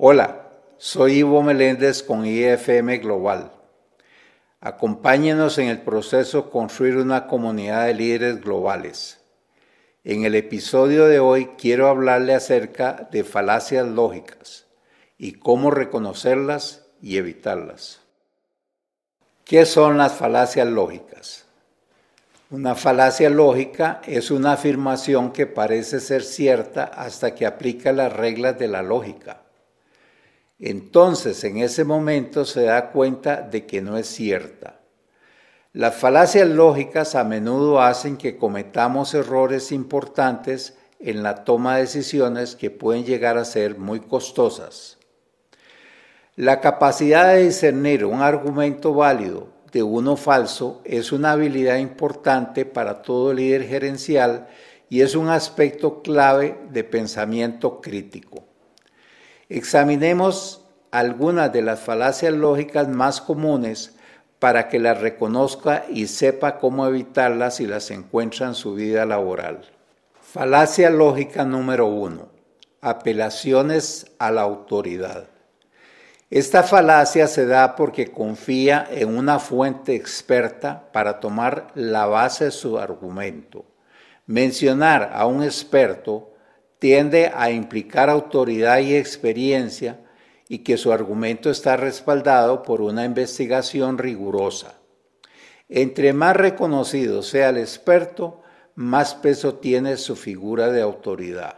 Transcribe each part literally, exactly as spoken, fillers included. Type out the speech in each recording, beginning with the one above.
Hola, soy Ivo Meléndez con I F M Global. Acompáñenos en el proceso de construir una comunidad de líderes globales. En el episodio de hoy quiero hablarle acerca de falacias lógicas y cómo reconocerlas y evitarlas. ¿Qué son las falacias lógicas? Una falacia lógica es una afirmación que parece ser cierta hasta que aplica las reglas de la lógica. Entonces, en ese momento se da cuenta de que no es cierta. Las falacias lógicas a menudo hacen que cometamos errores importantes en la toma de decisiones que pueden llegar a ser muy costosas. La capacidad de discernir un argumento válido de uno falso es una habilidad importante para todo líder gerencial y es un aspecto clave de pensamiento crítico. Examinemos algunas de las falacias lógicas más comunes para que las reconozca y sepa cómo evitarlas si las encuentra en su vida laboral. Falacia lógica número uno. Apelaciones a la autoridad. Esta falacia se da porque confía en una fuente experta para tomar la base de su argumento. Mencionar a un experto tiende a implicar autoridad y experiencia y que su argumento está respaldado por una investigación rigurosa. Entre más reconocido sea el experto, más peso tiene su figura de autoridad.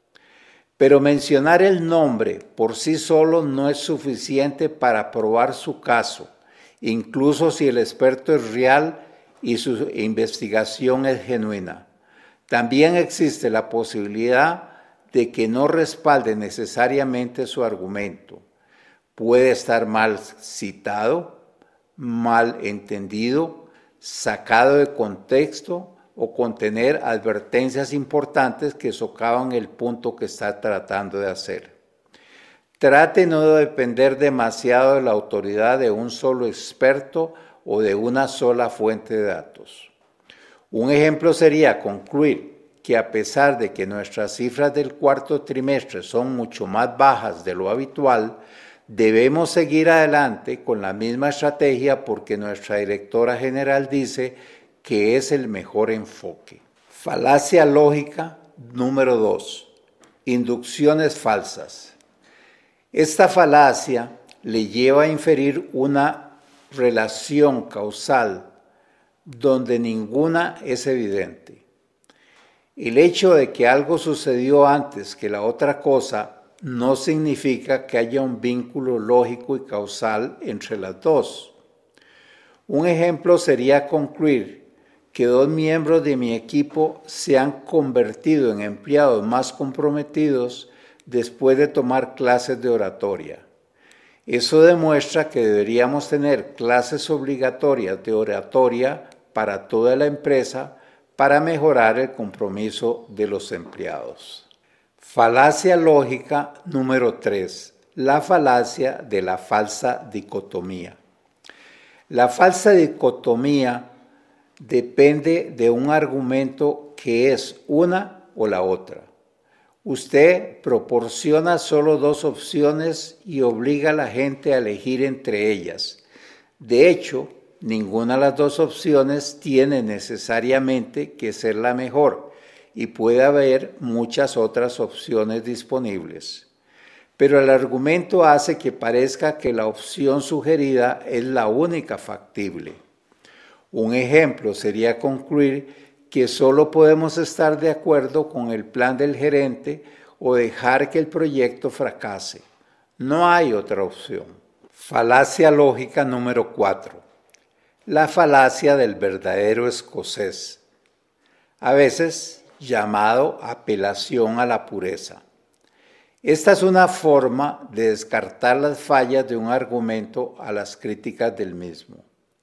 Pero mencionar el nombre por sí solo no es suficiente para probar su caso, incluso si el experto es real y su investigación es genuina. También existe la posibilidad de que no respalde necesariamente su argumento. Puede estar mal citado, mal entendido, sacado de contexto o contener advertencias importantes que socavan el punto que está tratando de hacer. Trate no de depender demasiado de la autoridad de un solo experto o de una sola fuente de datos. Un ejemplo sería concluir que a pesar de que nuestras cifras del cuarto trimestre son mucho más bajas de lo habitual, debemos seguir adelante con la misma estrategia porque nuestra directora general dice que es el mejor enfoque. Falacia lógica número dos. Inducciones falsas. Esta falacia le lleva a inferir una relación causal donde ninguna es evidente. El hecho de que algo sucedió antes que la otra cosa no significa que haya un vínculo lógico y causal entre las dos. Un ejemplo sería concluir que dos miembros de mi equipo se han convertido en empleados más comprometidos después de tomar clases de oratoria. Eso demuestra que deberíamos tener clases obligatorias de oratoria para toda la empresa para mejorar el compromiso de los empleados. Falacia lógica número tres. La falacia de la falsa dicotomía. La falsa dicotomía depende de un argumento que es una o la otra. Usted proporciona solo dos opciones y obliga a la gente a elegir entre ellas. De hecho, ninguna de las dos opciones tiene necesariamente que ser la mejor y puede haber muchas otras opciones disponibles. Pero el argumento hace que parezca que la opción sugerida es la única factible. Un ejemplo sería concluir que solo podemos estar de acuerdo con el plan del gerente o dejar que el proyecto fracase. No hay otra opción. Falacia lógica número cuatro. La falacia del verdadero escocés, a veces llamado apelación a la pureza. Esta es una forma de descartar las fallas de un argumento a las críticas del mismo.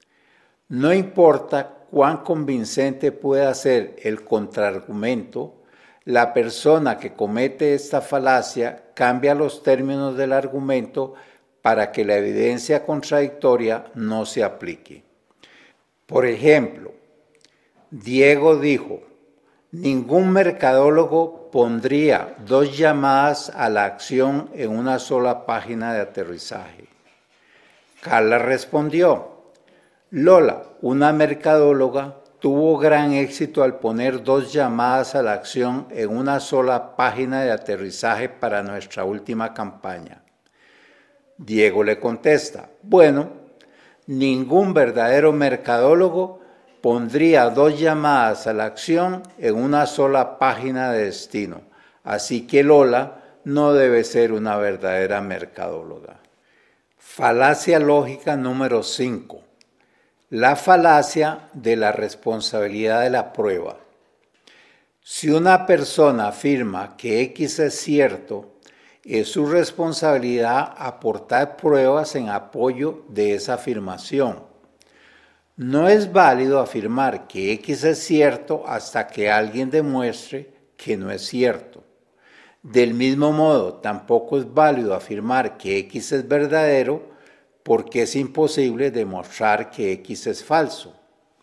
No importa cuán convincente pueda ser el contraargumento, la persona que comete esta falacia cambia los términos del argumento para que la evidencia contradictoria no se aplique. Por ejemplo, Diego dijo, Ningún mercadólogo pondría dos llamadas a la acción en una sola página de aterrizaje. Carla respondió: Lola, una mercadóloga, tuvo gran éxito al poner dos llamadas a la acción en una sola página de aterrizaje para nuestra última campaña. Diego le contesta: bueno, ningún verdadero mercadólogo pondría dos llamadas a la acción en una sola página de destino, así que Lola no debe ser una verdadera mercadóloga. Falacia lógica número cinco. La falacia de la responsabilidad de la prueba. Si una persona afirma que X es cierto, es su responsabilidad aportar pruebas en apoyo de esa afirmación. No es válido afirmar que X es cierto hasta que alguien demuestre que no es cierto. Del mismo modo, tampoco es válido afirmar que X es verdadero porque es imposible demostrar que X es falso.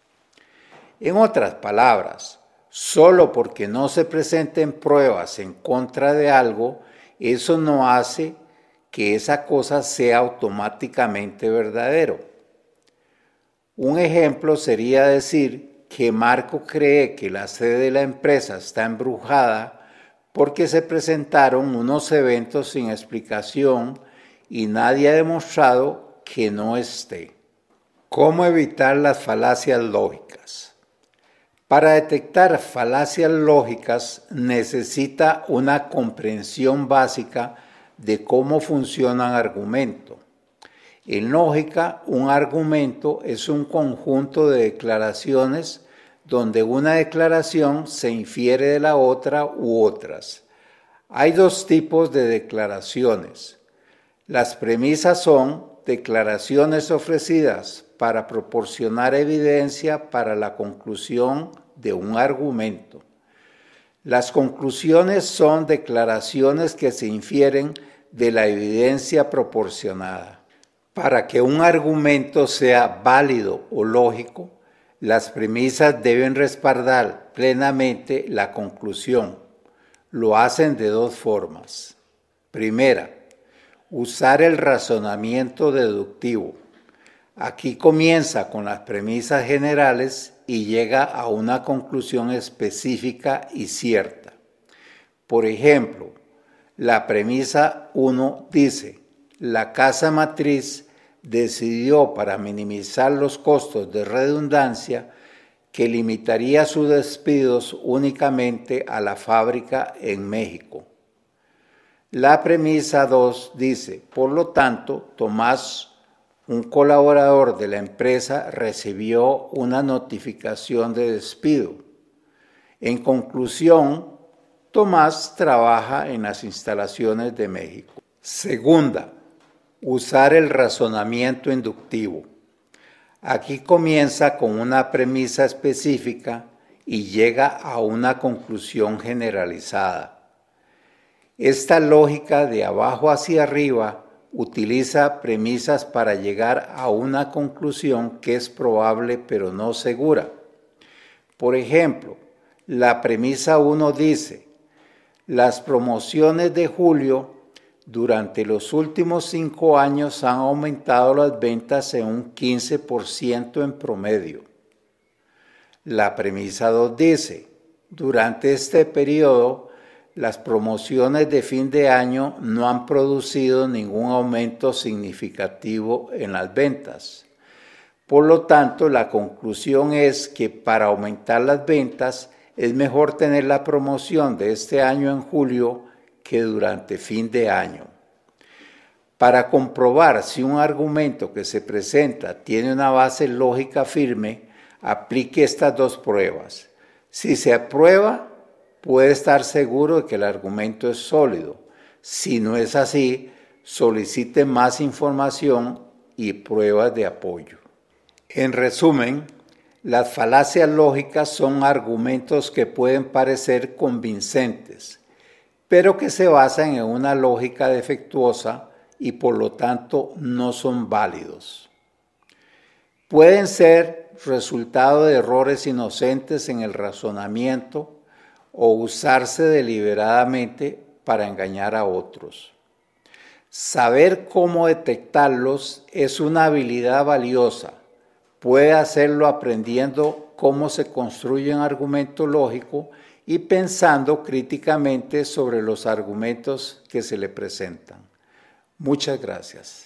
En otras palabras, solo porque no se presenten pruebas en contra de algo, eso no hace que esa cosa sea automáticamente verdadero. Un ejemplo sería decir que Marco cree que la sede de la empresa está embrujada porque se presentaron unos eventos sin explicación y nadie ha demostrado que no esté. ¿Cómo evitar las falacias lógicas? Para detectar falacias lógicas necesita una comprensión básica de cómo funciona un argumento. En lógica, un argumento es un conjunto de declaraciones donde una declaración se infiere de la otra u otras. Hay dos tipos de declaraciones. Las premisas son declaraciones ofrecidas para proporcionar evidencia para la conclusión de un argumento. Las conclusiones son declaraciones que se infieren de la evidencia proporcionada. Para que un argumento sea válido o lógico, las premisas deben respaldar plenamente la conclusión. Lo hacen de dos formas. Primera, usar el razonamiento deductivo. Aquí comienza con las premisas generales y llega a una conclusión específica y cierta. Por ejemplo, la premisa uno dice: la casa matriz decidió, para minimizar los costos de redundancia, que limitaría sus despidos únicamente a la fábrica en México. La premisa dos dice: por lo tanto, Tomás, un colaborador de la empresa, recibió una notificación de despido. En conclusión, Tomás trabaja en las instalaciones de México. Segunda, usar el razonamiento inductivo. Aquí comienza con una premisa específica y llega a una conclusión generalizada. Esta lógica de abajo hacia arriba utiliza premisas para llegar a una conclusión que es probable pero no segura. Por ejemplo, la premisa uno dice: las promociones de julio durante los últimos cinco años han aumentado las ventas en un quince por ciento en promedio. La premisa dos dice: durante este periodo, las promociones de fin de año no han producido ningún aumento significativo en las ventas. Por lo tanto, la conclusión es que para aumentar las ventas es mejor tener la promoción de este año en julio que durante fin de año. Para comprobar si un argumento que se presenta tiene una base lógica firme, aplique estas dos pruebas. Si se aprueba, puede estar seguro de que el argumento es sólido. Si no es así, solicite más información y pruebas de apoyo. En resumen, las falacias lógicas son argumentos que pueden parecer convincentes, pero que se basan en una lógica defectuosa y por lo tanto no son válidos. Pueden ser resultado de errores inocentes en el razonamiento, o usarse deliberadamente para engañar a otros. Saber cómo detectarlos es una habilidad valiosa. Puede hacerlo aprendiendo cómo se construye un argumento lógico y pensando críticamente sobre los argumentos que se le presentan. Muchas gracias.